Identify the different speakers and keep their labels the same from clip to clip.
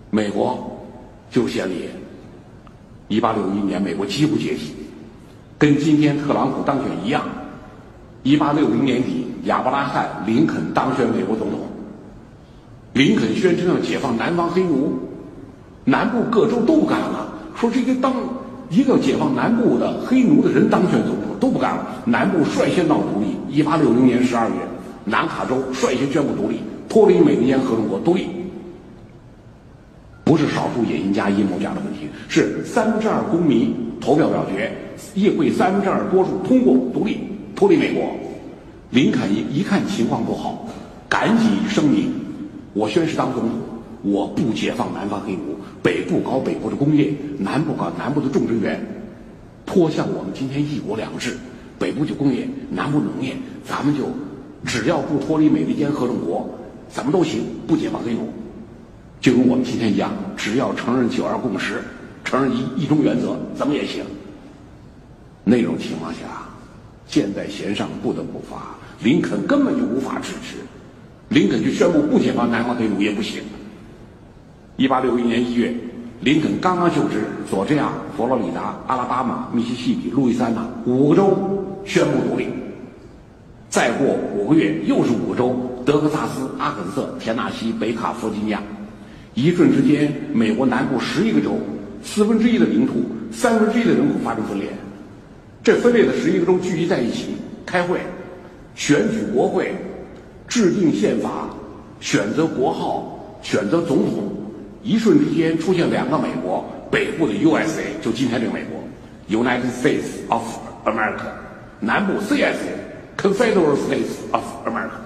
Speaker 1: 美国就是先烈。1861年，美国几乎解体，跟今天特朗普当选一样。1860年底，亚伯拉罕·林肯当选美国总统。林肯宣称要解放南方黑奴，南部各州都不干了，说这个当一个解放南部的黑奴的人当选总统都不干了。南部率先闹独立。1860年12月，南卡州率先宣布独立，脱离美利坚合众国独立。不是少数野心家阴谋家的问题，是2/3公民投票表决，议会2/3多数通过独立，脱离美国。林肯一看情况不好，赶紧声明：我宣誓当总统，我不解放南方黑奴，北部搞北部的工业，南部搞南部的种植园，颇像我们今天一国两制，北部就工业，南部农业，咱们就只要不脱离美利坚合众国，怎么都行，不解放黑奴。就跟我们今天一样，只要承认9·2共识，承认一中原则，怎么也行。那种情况下，箭在弦上不得不发，林肯根本就无法支持。林肯就宣布不解放南方黑奴也不行。1861年1月，林肯刚刚就职，佐治亚、佛罗里达、阿拉巴马、密西西比、路易斯安那5个州宣布独立。再过5个月，又是5个州：德克萨斯、阿肯色、田纳西、北卡、弗吉尼亚。一瞬之间，美国南部11个州，1/4的领土，1/3的人口发生分裂。这分裂的11个州聚集在一起开会，选举国会，制定宪法，选择国号，选择总统。一瞬之间出现2个美国，北部的 USA 就今天这个美国 United States of America， 南部 CSA Confederate States of America。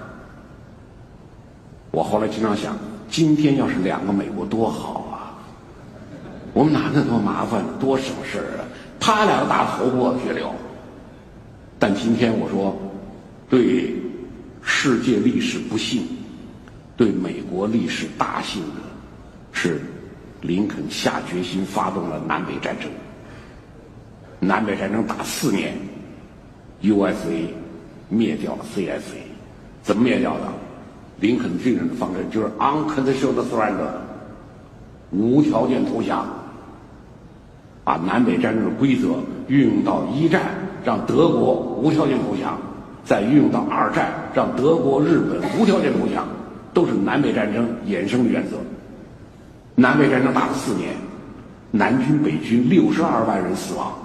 Speaker 1: 我后来经常想，今天要是2个美国多好啊，我们哪那多麻烦，多省事啊，啪2个大头过去了。但今天我说，对世界历史不幸，对美国历史大幸的是林肯下决心发动了南北战争。南北战争打4年， USA 灭掉了 CSA。 怎么灭掉的？林肯这人的方针就是 unconditional surrender， 无条件投降，把南北战争的规则运用到1战，让德国无条件投降，再运用到2战，让德国、日本无条件投降，都是南北战争衍生的原则。南北战争打了4年，南军北军62万人死亡。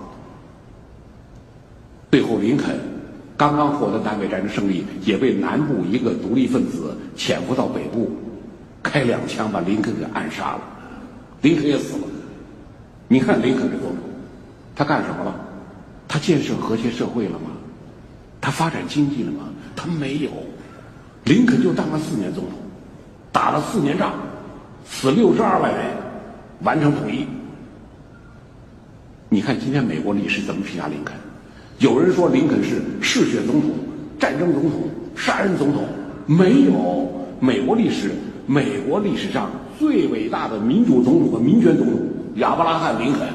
Speaker 1: 最后林肯刚刚获得南北战争胜利，也被南部一个独立分子潜伏到北部，开2枪把林肯给暗杀了，林肯也死了。你看林肯这总统，他干什么了？他建设和谐社会了吗？他发展经济了吗？他没有。林肯就当了4年总统，打了4年仗，死62万人，完成统一。你看今天美国历史怎么评价林肯？有人说林肯是嗜血总统、战争总统、杀人总统。没有，美国历史上最伟大的民主总统和民权总统亚伯拉罕·林肯。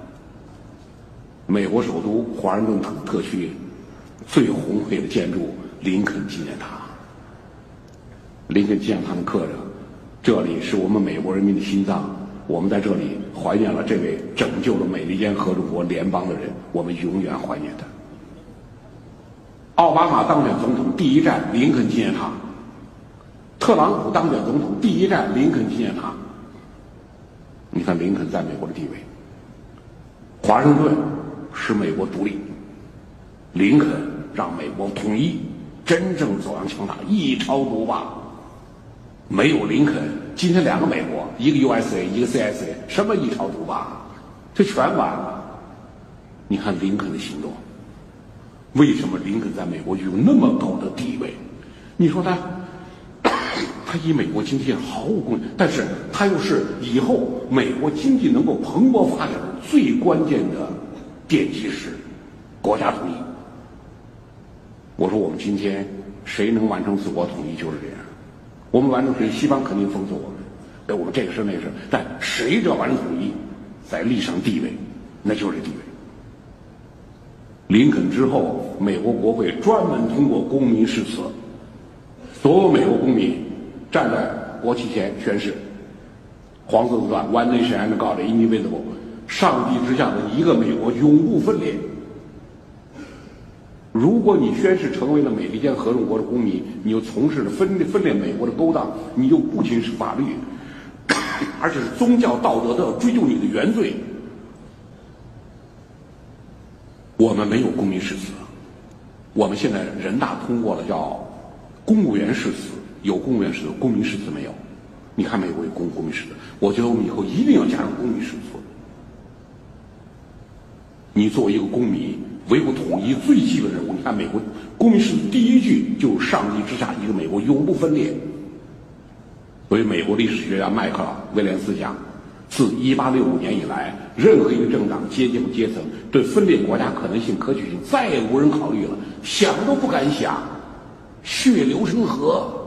Speaker 1: 美国首都华盛顿特区最宏伟的建筑林肯纪念塔。林肯纪念塔的刻着：这里是我们美国人民的心脏，我们在这里怀念了这位拯救了美利坚合众国联邦的人，我们永远怀念他。奥巴马当选总统第1站林肯纪念塔，特朗普当选总统第1站林肯纪念塔。你看林肯在美国的地位，华盛顿使美国独立，林肯让美国统一，真正走向强大，一超独霸。没有林肯，今天2个美国，一个 USA， 一个 CSA， 什么一超独霸，这全完了。你看林肯的行动，为什么林肯在美国有那么高的地位？你说他以美国经济毫无贡献，但是他又是以后美国经济能够蓬勃发展最关键的奠基石，国家统一。我说我们今天谁能完成自我统一就是这样，我们完成统一，西方肯定封锁我们，给我们这个事那个事，但谁只要完成统一，在历史上地位那就是地位。林肯之后，美国国会专门通过公民誓词，所有美国公民站在国旗前宣誓， 黄色字段 One Nation and God Indivisible， 上帝之下的一个美国永不分裂。如果你宣誓成为了美利坚合众国的公民，你又从事了分裂美国的勾当，你就不仅是法律，而且是宗教道德都要追究你的原罪。我们没有公民誓词，我们现在人大通过了叫公务员誓词，有公务员誓词，公民誓词没有。你看美国有公民誓词，我觉得我们以后一定要加上公民誓词。你作为一个公民，维护统一最基本的任务，你看美国公民誓词第一句就是上帝之下一个美国永不分裂。所以美国历史学家麦克威廉斯讲，自1865年以来，任何一个政党、阶级或阶层对分裂国家可能性、可取性再也无人考虑了，想都不敢想，血流成河。